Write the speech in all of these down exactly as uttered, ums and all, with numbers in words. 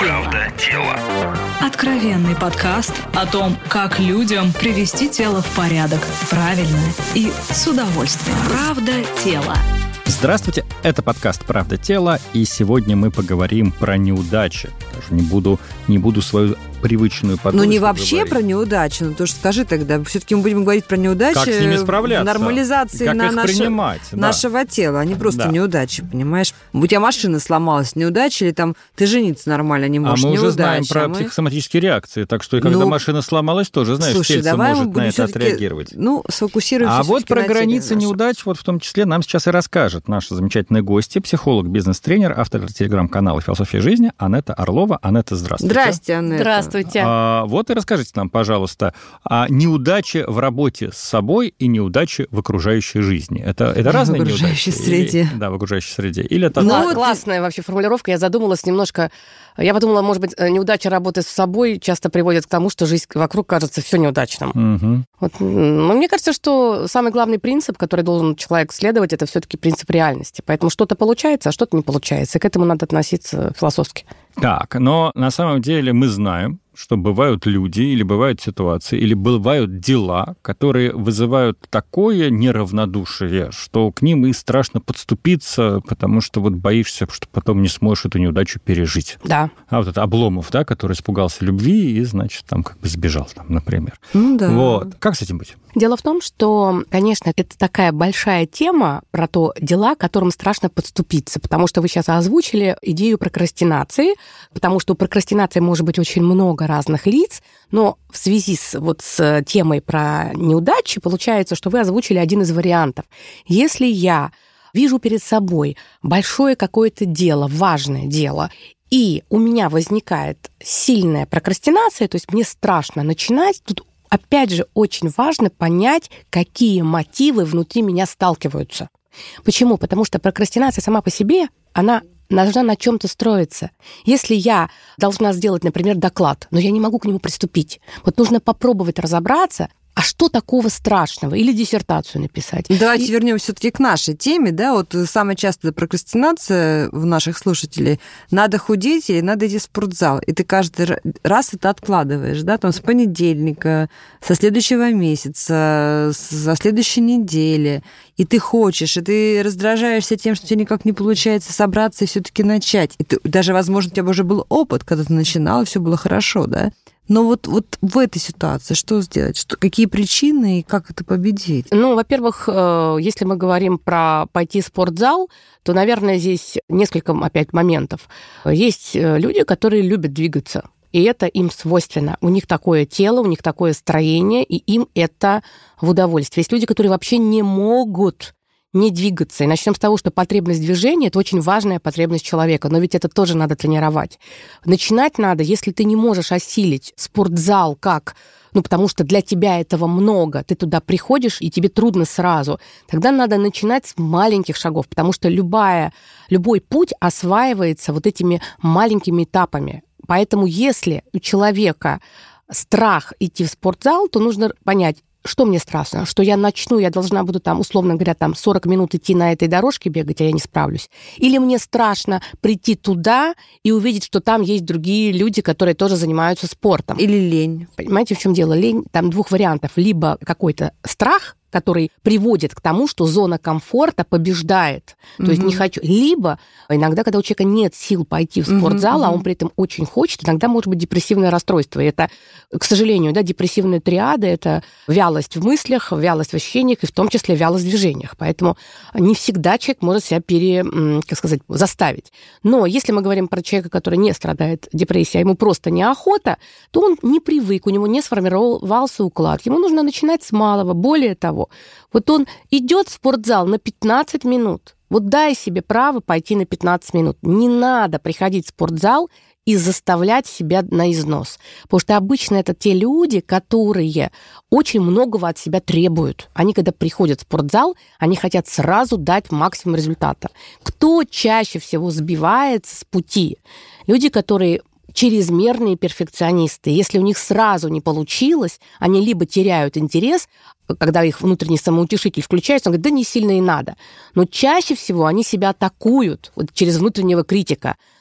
Правда тело. Откровенный подкаст о том, как людям привести тело в порядок правильно и с удовольствием. Правда тело. Здравствуйте, это подкаст «Правда тела», и сегодня мы поговорим про неудачи. Даже не буду, не буду свою привычную подложку Ну, не вообще говорить. про неудачи, ну, то что скажи тогда, все-таки мы будем говорить про неудачи. Как с ними справляться? Нормализации Как на их наше, принимать, да. нашего тела, а не просто Да. неудачи, понимаешь? У тебя машина сломалась, неудача, или там ты жениться нормально не можешь, А мы неудача. уже знаем про а мы... психосоматические реакции, так что и когда Ну, машина сломалась, тоже, знаешь, Слушай, тельце давай мы может будем на это всё-таки, отреагировать. Ну, сфокусируемся А вот всё-таки про на теле границы нашем. неудач, вот в том числе, нам сейчас и расскажет наша замечательная гостья, психолог, бизнес-тренер, автор телеграм-канала «Философия жизни» Анетта Орлова. Анетта, здравствуйте. Здрасте, Анетта. Здравствуйте. А, вот и расскажите нам, пожалуйста, о неудаче в работе с собой и неудаче в окружающей жизни. Это, это разные неудачи? В окружающей Или- среде. Да, в окружающей среде. Или это... Ну, Кла- вот классная вообще формулировка. Я задумалась немножко. Я подумала, может быть, неудача работы с собой часто приводит к тому, что жизнь вокруг кажется все неудачным. Мгм. Вот, м, но мне кажется, что самый главный принцип, который должен человек следовать, это все-таки принцип реальности. Поэтому что-то получается, а что-то не получается. И к этому надо относиться философски. Так, но на самом деле мы знаем, что бывают люди, или бывают ситуации, или бывают дела, которые вызывают такое неравнодушие, что к ним и страшно подступиться, потому что вот боишься, что потом не сможешь эту неудачу пережить. Да. А вот это Обломов, да, который испугался любви и, значит, там как бы сбежал, там, например. Ну да. Вот. Как с этим быть? Дело в том, что, конечно, это такая большая тема про то дела, к которым страшно подступиться, потому что вы сейчас озвучили идею прокрастинации, потому что у прокрастинации может быть очень много разных лиц, но в связи с, вот, с темой про неудачи получается, что вы озвучили один из вариантов. Если я вижу перед собой большое какое-то дело, важное дело, и у меня возникает сильная прокрастинация, то есть мне страшно начинать, тут опять же, очень важно понять, какие мотивы внутри меня сталкиваются. Почему? Потому что прокрастинация сама по себе, она должна на чем-то строиться. Если я должна сделать, например, доклад, но я не могу к нему приступить, вот нужно попробовать разобраться, а что такого страшного? Или диссертацию написать. Давайте И- вернемся все-таки к нашей теме, да, вот самая частая прокрастинация в наших слушателей: надо худеть или надо идти в спортзал, и ты каждый раз это откладываешь, да, там с понедельника, со следующего месяца, со следующей недели, и ты хочешь, и ты раздражаешься тем, что тебе никак не получается собраться и все-таки начать. И ты, даже, возможно, у тебя уже был опыт, когда ты начинал, и все было хорошо, да. Но вот, вот в этой ситуации что сделать? Что, какие причины и как это победить? Ну, во-первых, э, если мы говорим про пойти в спортзал, то, наверное, здесь несколько опять моментов. Есть э, люди, которые любят двигаться, и это им свойственно. У них такое тело, у них такое строение, и им это в удовольствие. Есть люди, которые вообще не могут не двигаться. И начнем с того, что потребность движения – это очень важная потребность человека, но ведь это тоже надо тренировать. Начинать надо, если ты не можешь осилить спортзал как, ну, потому что для тебя этого много, ты туда приходишь, и тебе трудно сразу, тогда надо начинать с маленьких шагов, потому что любая, любой путь осваивается вот этими маленькими этапами. Поэтому если у человека страх идти в спортзал, то нужно понять, что мне страшно, что я начну, я должна буду там, условно говоря, там сорок минут идти на этой дорожке бегать, а я не справлюсь. Или мне страшно прийти туда и увидеть, что там есть другие люди, которые тоже занимаются спортом. Или лень. Понимаете, в чем дело? Лень, там двух вариантов. Либо какой-то страх, который приводит к тому, что зона комфорта побеждает. То Мгм. есть не хочу. Либо иногда, когда у человека нет сил пойти в спортзал, Мгм, а мгм. он при этом очень хочет, иногда может быть депрессивное расстройство. И это, к сожалению, да, депрессивная триада – это вялость в мыслях, вялость в ощущениях и в том числе вялость в движениях. Поэтому не всегда человек может себя пере, м, как сказать, заставить. Но если мы говорим про человека, который не страдает депрессией, а ему просто неохота, то он не привык, у него не сформировался уклад. Ему нужно начинать с малого. Более того, вот он идет в спортзал на пятнадцать минут. Вот дай себе право пойти на пятнадцать минут. Не надо приходить в спортзал и заставлять себя на износ. Потому что обычно это те люди, которые очень многого от себя требуют. Они, когда приходят в спортзал, они хотят сразу дать максимум результата. Кто чаще всего сбивается с пути? Люди, которые чрезмерные перфекционисты. Если у них сразу не получилось, они либо теряют интерес, когда их внутренний самоутешитель включается, он говорит, да не сильно и надо. Но чаще всего они себя атакуют вот, через внутреннего критика.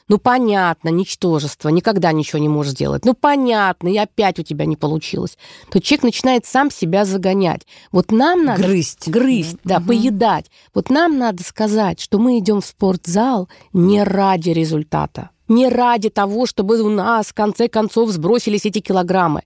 ну, понятно, ничтожество, никогда ничего не можешь сделать, ну, понятно, и опять у тебя не получилось, то человек начинает сам себя загонять. Вот нам надо... Грызть. Грызть, да, угу. поедать. Вот нам надо сказать, что мы идем в спортзал не ради результата, не ради того, чтобы у нас, в конце концов, сбросились эти килограммы.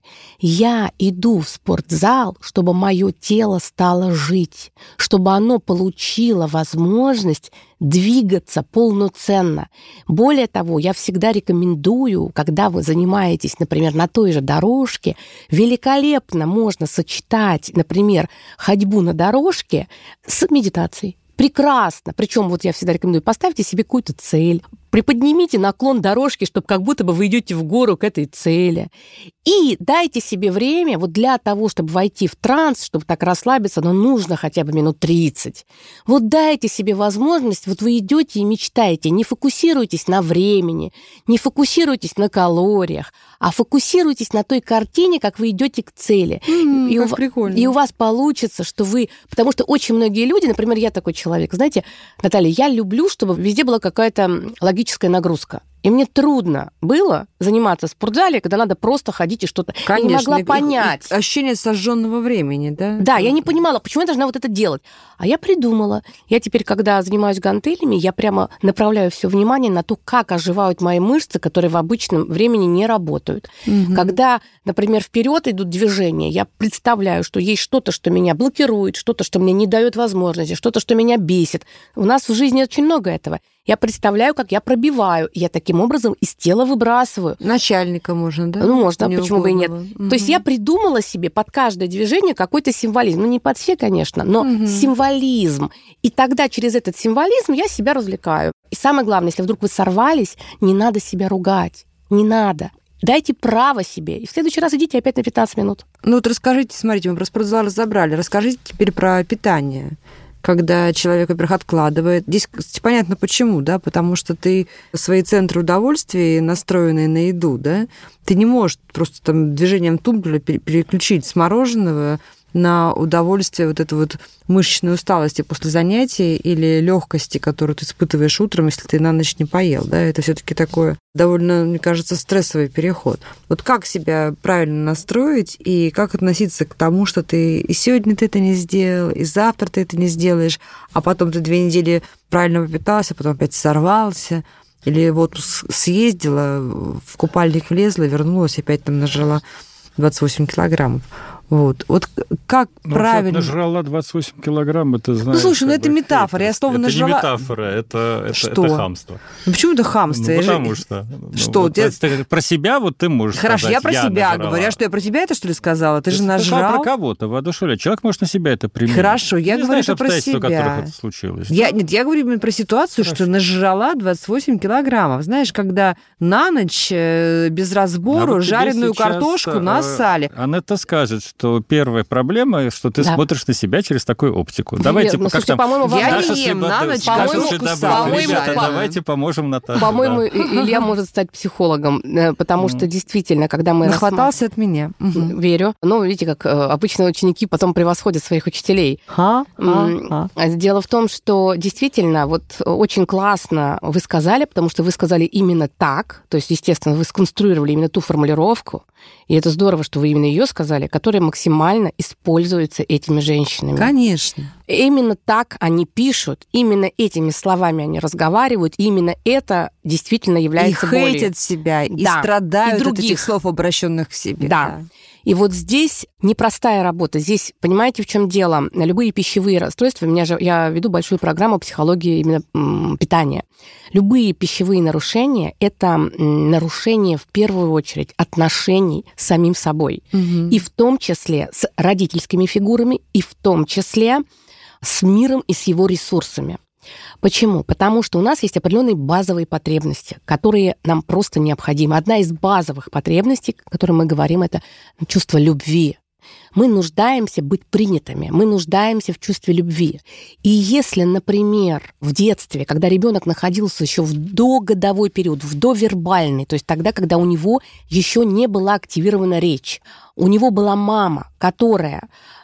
Я иду в спортзал, чтобы мое тело стало жить, чтобы оно получило возможность двигаться полноценно. Более того, я всегда рекомендую, когда вы занимаетесь, например, на той же дорожке, великолепно можно сочетать, например, ходьбу на дорожке с медитацией. Прекрасно. Причем вот я всегда рекомендую, поставьте себе какую-то цель, приподнимите наклон дорожки, чтобы как будто бы вы идете в гору к этой цели. И дайте себе время вот для того, чтобы войти в транс, чтобы так расслабиться, но нужно хотя бы минут тридцать. Вот дайте себе возможность, вот вы идете и мечтаете, не фокусируйтесь на времени, не фокусируйтесь на калориях, а фокусируйтесь на той картине, как вы идете к цели. Mm, и, как у, прикольно. И у вас получится, что вы... Потому что очень многие люди, например, я такой человек, знаете, Наталья, я люблю, чтобы везде была какая-то логическая нагрузка. И мне трудно было заниматься в спортзале, когда надо просто ходить и что-то... Конечно, я не могла и, понять. И ощущение сожженного времени, да? Да, я не понимала, почему я должна вот это делать. А я придумала. Я теперь, когда занимаюсь гантелями, я прямо направляю все внимание на то, как оживают мои мышцы, которые в обычном времени не работают. Угу. Когда, например, вперед идут движения, я представляю, что есть что-то, что меня блокирует, что-то, что мне не дает возможности, что-то, что меня бесит. У нас в жизни очень много этого. Я представляю, как я пробиваю. Я таким образом из тела выбрасываю. Начальника можно, да? Ну, можно, Не почему бы и нет. угодно. То есть я придумала себе под каждое движение какой-то символизм. Ну, не под все, конечно, но угу. символизм. И тогда через этот символизм я себя развлекаю. И самое главное, если вдруг вы сорвались, не надо себя ругать. Не надо. Дайте право себе. И в следующий раз идите опять на пятнадцать минут. Ну, вот расскажите, смотрите, мы про спортзал разобрали. Расскажите теперь про питание. Когда человек, во-первых, откладывает. Здесь понятно почему, да, потому что ты свои центры удовольствия, настроенные на еду, да, ты не можешь просто там движением тумблера переключить с мороженого на удовольствие вот этой вот мышечной усталости после занятий или легкости, которую ты испытываешь утром, если ты на ночь не поел, да, это все-таки такое довольно, мне кажется, стрессовый переход. Вот как себя правильно настроить и как относиться к тому, что ты и сегодня ты это не сделал, и завтра ты это не сделаешь, а потом ты две недели правильно попитался, потом опять сорвался, или в отпуск съездила, в купальник влезла, вернулась, опять там нажрала двадцать восемь килограммов. Вот, вот как ну, правильно... Нажрала двадцать восемь килограмм, это знаешь... Ну, слушай, ну это метафора, я снова это нажрала... Это не метафора, это, это, что? это хамство. Ну, почему это хамство? Ну, я потому же... что... Что? Ну, вот, ты... ты, про себя вот ты можешь Хорошо, сказать, я про я себя нажрала. говорю. А что, я про тебя это, что ли, сказала? Ты, ты же нажрал. нажрал. Про кого-то, воодушевляет. Человек может на себя это применить. Хорошо, я не говорю, знаешь, что про себя. в которых это случилось. Я, нет, я говорю именно про ситуацию, Хорошо. Что нажрала двадцать восемь килограммов. Знаешь, когда на ночь без разбору а вот жареную картошку нассали. Анетта скажет, что первая проблема, что ты да. смотришь на себя через такую оптику. Верно. Давайте, ну, как слушайте, там... по-моему, я не ем на ночь картошку с салом. Ребята, давайте поможем Наташе. По-моему, да. Илья может стать психологом, потому что действительно, когда мы... Нахватался от меня. Верю. Ну, видите, как обычно ученики потом превосходят своих учителей. Ха, ха, ха. Дело в том, что действительно, вот очень классно вы сказали, потому что вы сказали именно так, то есть, естественно, вы сконструировали именно ту формулировку, и это здорово, что вы именно ее сказали, которая максимально используется этими женщинами. Конечно. Именно так они пишут, именно этими словами они разговаривают, и именно это действительно является болью. И хейтят себя, и да. страдают и от этих слов, обращенных к себе. Да. да. И вот здесь непростая работа. Здесь, понимаете, в чем дело? Любые пищевые расстройства, меня же, я веду большую программу психологии именно м, питания. Любые пищевые нарушения – это нарушение, в первую очередь, отношений с самим собой. Угу. И в том числе с родительскими фигурами, и в том числе с миром и с его ресурсами. Почему? Потому что у нас есть определенные базовые потребности, которые нам просто необходимы. Одна из базовых потребностей, о которой мы говорим, это чувство любви. Мы нуждаемся быть принятыми, мы нуждаемся в чувстве любви. И если, например, в детстве, когда ребенок находился еще в догодовой период, в довербальный, то есть тогда, когда у него еще не была активирована речь, у него была мама, которая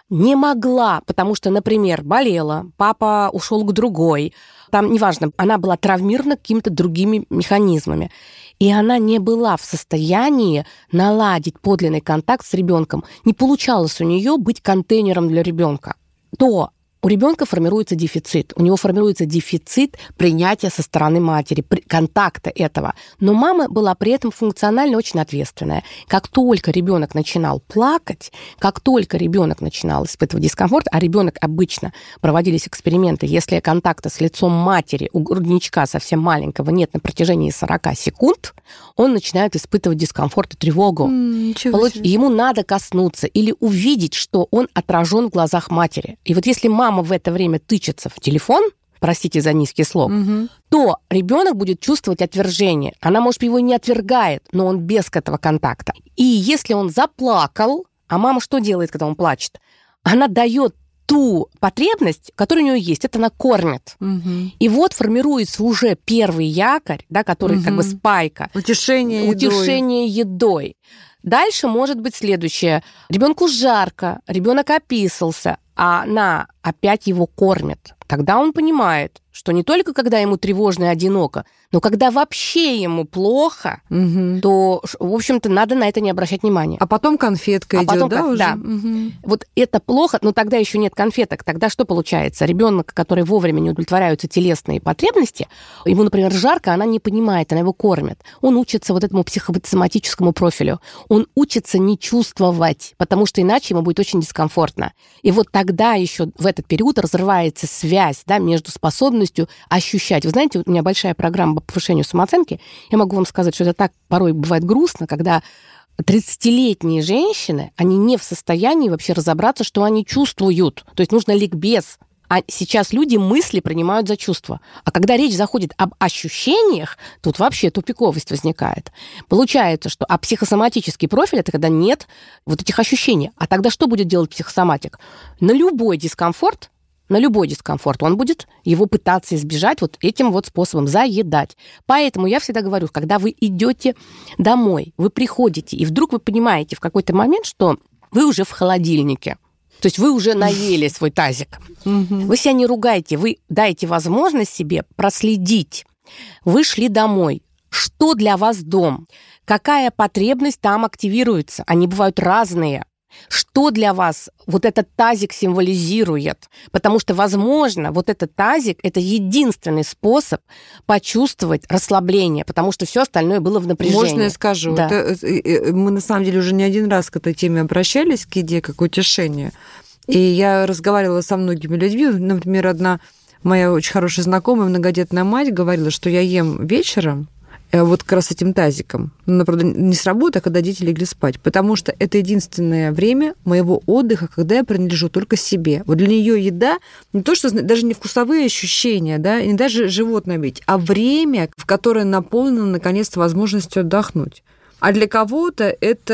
не могла, потому что, например, болела, папа ушел к другой, там, неважно, она была травмирована какими-то другими механизмами, и она не была в состоянии наладить подлинный контакт с ребенком, не получалось у нее быть контейнером для ребенка, то у ребенка формируется дефицит. У него формируется дефицит принятия со стороны матери, контакта этого. Но мама была при этом функционально очень ответственная. Как только ребенок начинал плакать, как только ребенок начинал испытывать дискомфорт, а ребенок обычно проводились эксперименты, если контакта с лицом матери у грудничка совсем маленького нет на протяжении сорок секунд, он начинает испытывать дискомфорт и тревогу. Mm, Получ... Ему надо коснуться или увидеть, что он отражен в глазах матери. И вот если мама в это время тычется в телефон, простите за низкий слог, угу. то ребенок будет чувствовать отвержение. Она, может, его и не отвергает, но он без этого контакта. И если он заплакал, а мама что делает, когда он плачет? Она дает ту потребность, которая у нее есть, это она кормит. Угу. И вот формируется уже первый якорь, да, который угу. как бы спайка. Утешение едой. Утешение едой. Дальше может быть следующее. Ребенку жарко, ребенок описался, а она опять его кормит. Тогда он понимает, что не только когда ему тревожно и одиноко, но когда вообще ему плохо, угу. то, в общем-то, надо на это не обращать внимания. А потом конфетка а идет, потом, да, уже? Да. Угу. Вот это плохо, но тогда еще нет конфеток. Тогда что получается? Ребенок, который вовремя не удовлетворяются телесные потребности, ему, например, жарко, она не понимает, она его кормит. Он учится вот этому психосоматическому профилю. Он учится не чувствовать, потому что иначе ему будет очень дискомфортно. И вот тогда еще в этот период разрывается связь, да, между способностью ощущать. Вы знаете, у меня большая программа по повышению самооценки. Я могу вам сказать, что это так порой бывает грустно, когда тридцатилетние женщины, они не в состоянии вообще разобраться, что они чувствуют. То есть нужно ликбез. А сейчас люди мысли принимают за чувства. А когда речь заходит об ощущениях, тут вообще тупиковость возникает. Получается, что а психосоматический профиль – это когда нет вот этих ощущений. А тогда что будет делать психосоматик? На любой дискомфорт, на любой дискомфорт он будет его пытаться избежать вот этим вот способом – заедать. Поэтому я всегда говорю, когда вы идете домой, вы приходите, и вдруг вы понимаете в какой-то момент, что вы уже в холодильнике. То есть вы уже наели свой тазик. Вы себя не ругайте, вы дайте возможность себе проследить. Вы шли домой. Что для вас дом? Какая потребность там активируется? Они бывают разные. Что для вас вот этот тазик символизирует? Потому что, возможно, вот этот тазик – это единственный способ почувствовать расслабление, потому что все остальное было в напряжении. Можно я скажу? Да. Это, мы, на самом деле, уже не один раз к этой теме обращались, к еде, как утешению. И я разговаривала со многими людьми. Например, одна моя очень хорошая знакомая, многодетная мать, говорила, что я ем вечером, вот как раз этим тазиком. Ну, правда, не с работы, а когда дети легли спать. Потому что это единственное время моего отдыха, когда я принадлежу только себе. Вот для нее еда не то, что даже не вкусовые ощущения, да, не даже животное бить, а время, в которое наполнено, наконец-то, возможностью отдохнуть. А для кого-то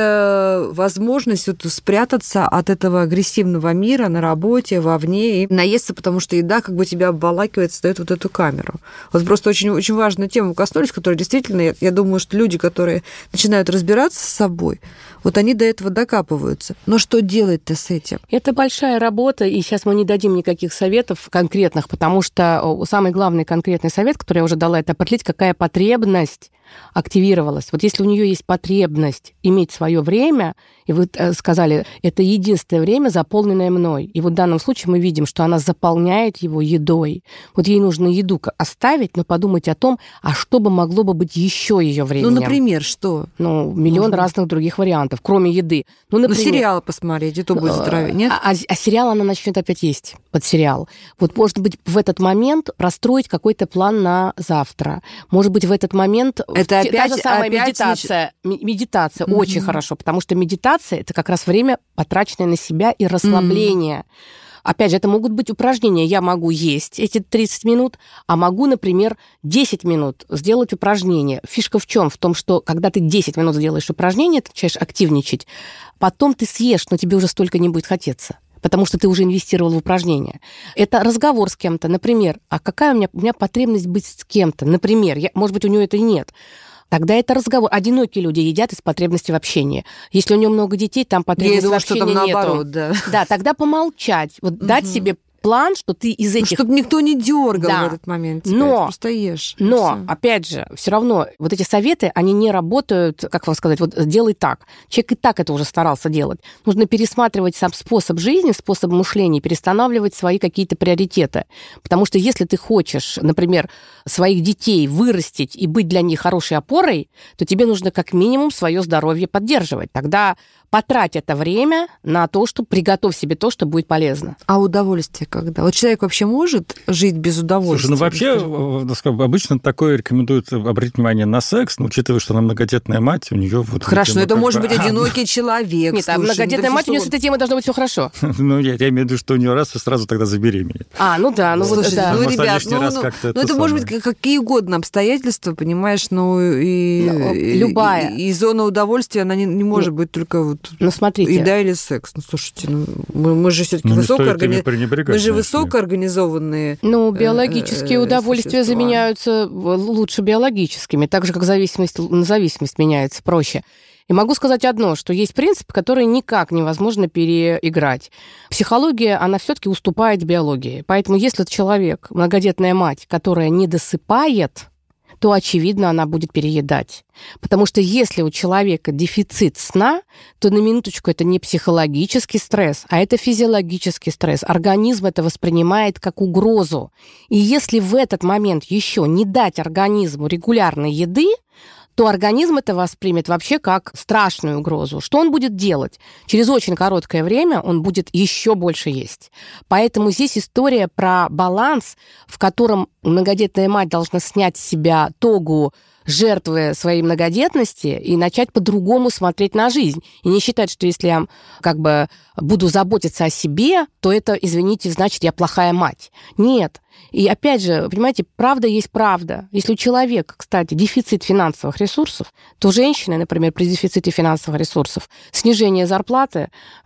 это возможность вот спрятаться от этого агрессивного мира на работе, вовне, и наесться, потому что еда как бы тебя обволакивает, создает вот эту камеру. Вот просто очень, очень важную тему коснулись, которая действительно, я, я думаю, что люди, которые начинают разбираться с собой, вот они до этого докапываются. Но что делать-то с этим? Это большая работа, и сейчас мы не дадим никаких советов конкретных, потому что самый главный конкретный совет, который я уже дала, это определить, какая потребность активировалась. Вот если у нее есть потребность иметь свое время, и вы сказали, это единственное время, заполненное мной. И вот в данном случае мы видим, что она заполняет его едой. Вот ей нужно еду оставить, но подумать о том, а что бы могло бы быть еще ее временем. Ну, например, что? Ну, миллион Можно. разных других вариантов, кроме еды. Ну, например, ну сериал посмотреть, и то будет здоровее, нет? А, а сериал она начнет опять есть под сериал. Вот, может быть, в этот момент простроить какой-то план на завтра. Может быть, в этот момент... Это опять, та же самая опять медитация. Нач... Медитация mm-hmm. очень хорошо, потому что медитация – это как раз время, потраченное на себя и расслабление. Mm-hmm. Опять же, это могут быть упражнения. Я могу есть эти тридцать минут, а могу, например, десять минут сделать упражнение. Фишка в чем? В том, что когда ты десять минут сделаешь упражнение, ты начинаешь активничать, потом ты съешь, но тебе уже столько не будет хотеться, потому что ты уже инвестировал в упражнения. Это разговор с кем-то. Например, а какая у меня, у меня потребность быть с кем-то? Например, я, может быть, у нее это и нет. Тогда это разговор. Одинокие люди едят из потребности в общении. Если у него много детей, там потребности в общении нету. Я думаю, что там наоборот, да. Да, тогда помолчать, вот угу. дать себе план, что ты из этих... Ну, чтобы никто не дергал да. в этот момент. Тебя. Но, просто ешь. Но, все. Опять же, все равно вот эти советы, они не работают, как вам сказать, вот делай так. Человек и так это уже старался делать. Нужно пересматривать сам способ жизни, способ мышления, перестанавливать свои какие-то приоритеты. Потому что если ты хочешь, например, своих детей вырастить и быть для них хорошей опорой, то тебе нужно как минимум свое здоровье поддерживать. Тогда потрать это время на то, что приготовь себе то, что будет полезно. А удовольствие когда? Вот человек вообще может жить без удовольствия? Слушай, ну вообще обычно такое рекомендуют обратить внимание на секс, но учитывая, что она многодетная мать, у нее вот... Хорошо, но это может быть одинокий человек. Нет, а многодетная мать, у нее с этой темой должно быть все хорошо. Ну, я имею в виду, что у нее раз и сразу тогда забеременеет. А, ну да, ну вот да. Ну, ребят, ну это может быть какие угодно обстоятельства, понимаешь, ну и... Любая. И зона удовольствия, она не может быть только вот... Ну, смотрите. Еда или секс. Ну, слушайте, ну, мы, мы же все-таки ну, высокооргани... мы же высокоорганизованные. Ну, биологические э- удовольствия существа. Заменяются лучше биологическими, так же, как зависимость на зависимость меняется проще. И могу сказать одно, что есть принципы, которые никак невозможно переиграть. Психология, она все-таки уступает биологии. Поэтому если человек, многодетная мать, которая не досыпает, то, очевидно, она будет переедать. Потому что если у человека дефицит сна, то на минуточку это не психологический стресс, а это физиологический стресс. Организм это воспринимает как угрозу. И если в этот момент еще не дать организму регулярной еды, то организм это воспримет вообще как страшную угрозу. Что он будет делать? Через очень короткое время он будет еще больше есть. Поэтому здесь история про баланс, в котором многодетная мать должна снять с себя тогу жертвы своей многодетности и начать по-другому смотреть на жизнь. И не считать, что если я как бы буду заботиться о себе, то это, извините, значит, я плохая мать. Нет. И опять же, понимаете, правда есть правда. Если у человека, кстати, дефицит финансовых ресурсов, то женщины, например, при дефиците финансовых ресурсов, снижение зарплаты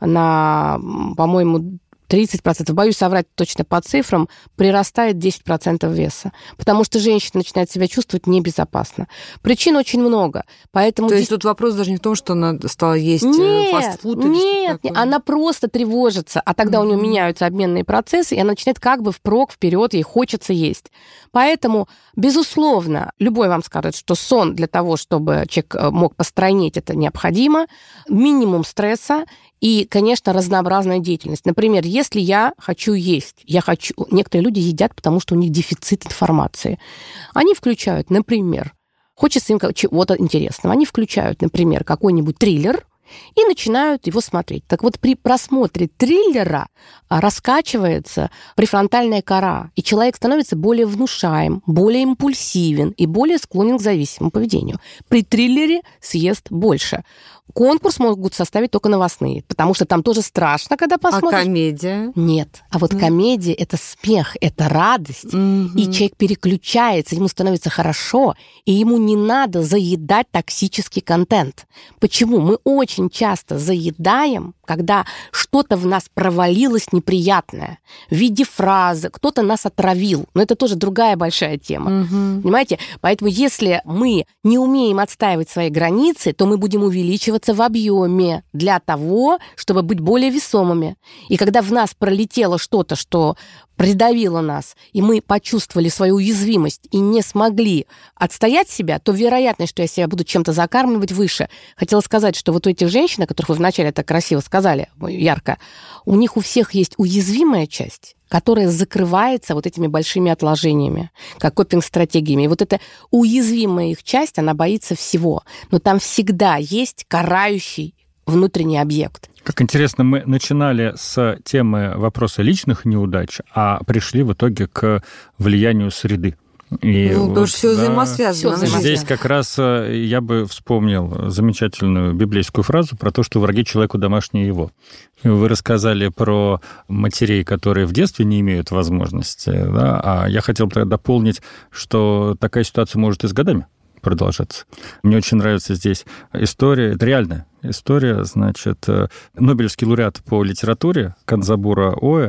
на, по-моему, тридцать процентов, боюсь соврать точно по цифрам, прирастает десять процентов веса. Потому что женщина начинает себя чувствовать небезопасно. Причин очень много. Поэтому... То есть тут вопрос даже не в том, что она стала есть нет, фастфуд или нет, что-то такое? Она просто тревожится, а тогда mm-hmm. у нее меняются обменные процессы, и она начинает как бы впрок, вперед, ей хочется есть. Поэтому, безусловно, любой вам скажет, что сон для того, чтобы человек мог постройнеть, это необходимо. Минимум стресса и, конечно, разнообразная деятельность. Например, если я хочу есть, я хочу... Некоторые люди едят, потому что у них дефицит информации. Они включают, например, хочется им чего-то интересного, они включают, например, какой-нибудь триллер, и начинают его смотреть. Так вот, при просмотре триллера раскачивается префронтальная кора, и человек становится более внушаем, более импульсивен и более склонен к зависимому поведению. При триллере съест больше. Конкурс могут составить только новостные, потому что там тоже страшно, когда посмотришь. А комедия? Нет. А вот mm. комедия – это смех, это радость. Mm-hmm. И человек переключается, ему становится хорошо, и ему не надо заедать токсический контент. Почему? Мы очень часто заедаем, когда что-то в нас провалилось неприятное в виде фразы, кто-то нас отравил. Но это тоже другая большая тема. Mm-hmm. Понимаете? Поэтому если мы не умеем отстаивать свои границы, то мы будем увеличивать в объеме для того, чтобы быть более весомыми. И когда в нас пролетело что-то, что придавило нас, и мы почувствовали свою уязвимость и не смогли отстоять себя, то вероятность, что я себя буду чем-то закармливать, выше. Хотела сказать, что вот у этих женщин, о которых вы вначале так красиво сказали, ярко, у них у всех есть уязвимая часть, которая закрывается вот этими большими отложениями, как копинг-стратегиями. И вот эта уязвимая их часть, она боится всего. Но там всегда есть карающий внутренний объект. Как интересно, мы начинали с темы вопроса личных неудач, а пришли в итоге к влиянию среды. И ну, вот, потому что все да, взаимосвязано. Все взаимосвязано. Здесь как раз я бы вспомнил замечательную библейскую фразу про то, что враги человеку домашние его. Вы рассказали про матерей, которые в детстве не имеют возможности, да? А я хотел бы дополнить, что такая ситуация может и с годами продолжаться. Мне очень нравится здесь история, это реальная история, значит, Нобелевский лауреат по литературе Канзабура Оэ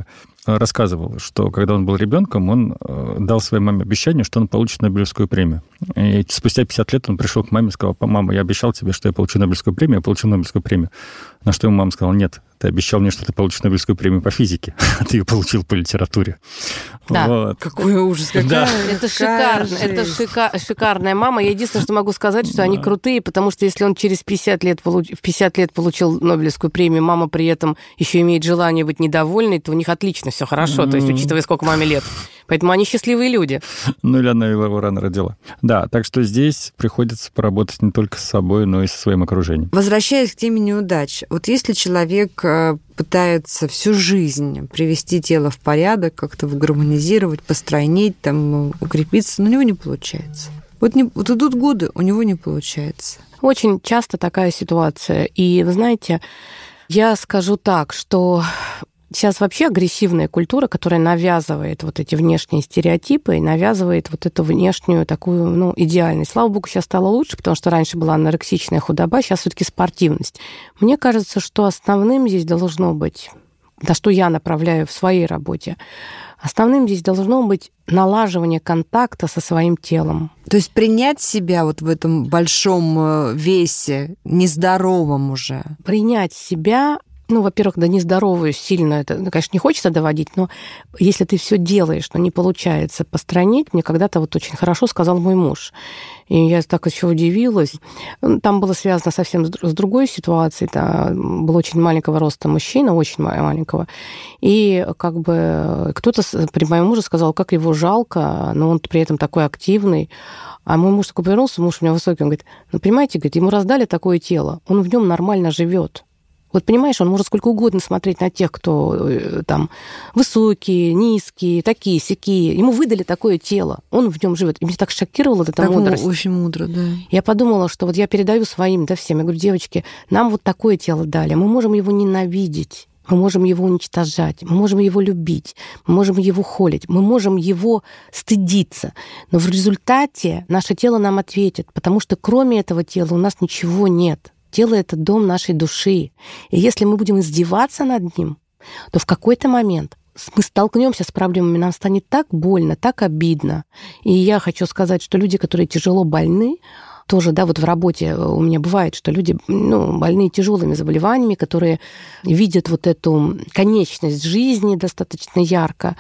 рассказывал, что когда он был ребенком, он дал своей маме обещание, что он получит Нобелевскую премию. И спустя пятьдесят лет он пришел к маме и сказал: мама, я обещал тебе, что я получу Нобелевскую премию, я получил Нобелевскую премию. На что ему мама сказала: нет, ты обещал мне, что ты получишь Нобелевскую премию по физике, а ты ее получил по литературе. Да. Вот. Какой ужас, какая, да. Это шикарно, это шика- шикарная мама. Я единственное, что могу сказать, что да. они крутые, потому что если он через пятьдесят лет, получ... в пятьдесят лет получил Нобелевскую премию, мама при этом еще имеет желание быть недовольной, то у них отлично все хорошо, mm-hmm. то есть учитывая, сколько маме лет. Поэтому они счастливые люди. Ну, или она его рано родила. Да, так что здесь приходится поработать не только с собой, но и со своим окружением. Возвращаясь к теме неудач, вот если человек пытается всю жизнь привести тело в порядок, как-то гармонизировать, постройнить, там, укрепиться, но у него не получается. Вот, не, вот идут годы, у него не получается. Очень часто такая ситуация. И, вы знаете, я скажу так, что сейчас вообще агрессивная культура, которая навязывает вот эти внешние стереотипы и навязывает вот эту внешнюю такую, ну, идеальность. Слава богу, сейчас стало лучше, потому что раньше была анорексичная худоба, сейчас все-таки спортивность. Мне кажется, что основным здесь должно быть, на что я направляю в своей работе, основным здесь должно быть налаживание контакта со своим телом. То есть принять себя вот в этом большом весе, нездоровом уже. Принять себя. Ну, во-первых, да нездоровую сильно, это, конечно, не хочется доводить, но если ты все делаешь, но не получается постранить, мне когда-то вот очень хорошо сказал мой муж. И я так еще удивилась. Там было связано совсем с другой ситуацией. Там был очень маленького роста мужчина, очень маленького. И как бы кто-то при моем муже сказал, как его жалко, но он при этом такой активный. А мой муж такой повернулся, муж у меня высокий, он говорит: ну, понимаете, говорит, ему раздали такое тело, он в нем нормально живет. Вот понимаешь, он может сколько угодно смотреть на тех, кто там высокие, низкие, такие, сякие. Ему выдали такое тело, он в нем живет. И меня так шокировала эта так мудрость. Очень мудро, да. Я подумала, что вот я передаю своим, да, всем. Я говорю: девочки, нам вот такое тело дали, мы можем его ненавидеть, мы можем его уничтожать, мы можем его любить, мы можем его холить, мы можем его стыдиться. Но в результате наше тело нам ответит, потому что кроме этого тела у нас ничего нет. Тело — это дом нашей души. И если мы будем издеваться над ним, то в какой-то момент мы столкнемся с проблемами, нам станет так больно, так обидно. И я хочу сказать, что люди, которые тяжело больны, тоже, да, вот в работе у меня бывает, что люди, ну, больные тяжелыми заболеваниями, которые видят вот эту конечность жизни достаточно ярко,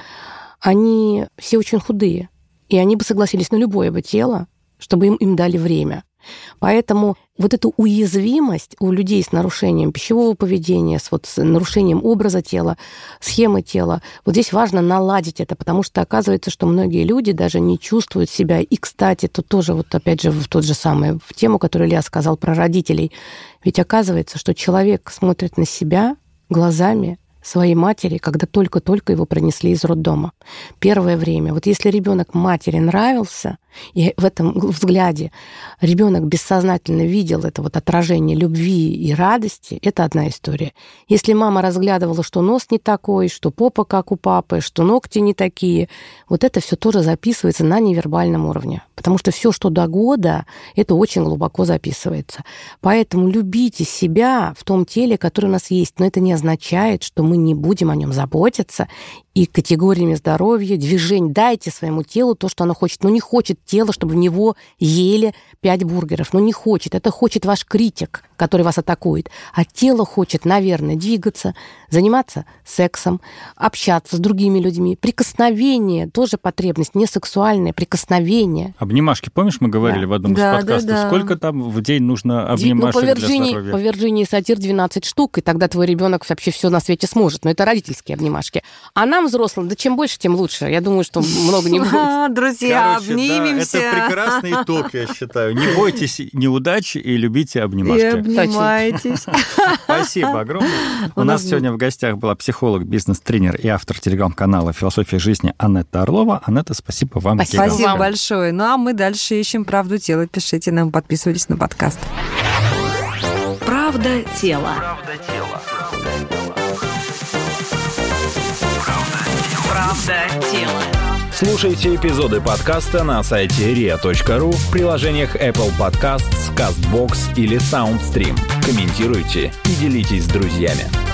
они все очень худые. И они бы согласились на любое бы тело, чтобы им, им дали время. Поэтому вот эту уязвимость у людей с нарушением пищевого поведения, с, вот, с нарушением образа тела, схемы тела, вот здесь важно наладить это, потому что оказывается, что многие люди даже не чувствуют себя. И, кстати, тут тоже вот опять же в тот же самый, в тему, которую Илья сказал про родителей. Ведь оказывается, что человек смотрит на себя глазами своей матери, когда только-только его пронесли из роддома. Первое время. Вот если ребенок матери нравился, и в этом взгляде ребенок бессознательно видел это вот отражение любви и радости, это одна история. Если мама разглядывала, что нос не такой, что попа как у папы, что ногти не такие, вот это все тоже записывается на невербальном уровне. Потому что все, что до года, это очень глубоко записывается. Поэтому любите себя в том теле, которое у нас есть. Но это не означает, что мы не будем о нем заботиться. И категориями здоровья, движений дайте своему телу то, что оно хочет. Но не хочет тело, чтобы в него ели пять бургеров. Но не хочет. Это хочет ваш критик, который вас атакует. А тело хочет, наверное, двигаться, заниматься сексом, общаться с другими людьми. Прикосновение, тоже потребность, не сексуальное, прикосновение. Обнимашки, помнишь, мы говорили да. в одном да, из подкастов, да, да. сколько там в день нужно обнимашек ну, по для здоровья? По Вирджинии Сатир двенадцать штук, и тогда твой ребенок вообще все на свете сможет. Но это родительские обнимашки. А нам, взрослым, да чем больше, тем лучше. Я думаю, что много не будет. Друзья, Короче, обнимемся. Да, это прекрасный итог, я считаю. Не бойтесь неудачи и любите обнимашки. И обнимайтесь. Спасибо огромное. У нас сегодня в гостях была психолог, бизнес-тренер и автор телеграм-канала «Философия жизни» Анетта Орлова. Анетта, спасибо вам. Спасибо, спасибо большое. Ну, а мы дальше ищем правду тела. Пишите нам, подписывайтесь на подкаст. Правда тела. Правда тела. Правда тела. Слушайте эпизоды подкаста на сайте риа точка ру, в приложениях Apple Podcasts, CastBox или SoundStream. Комментируйте и делитесь с друзьями.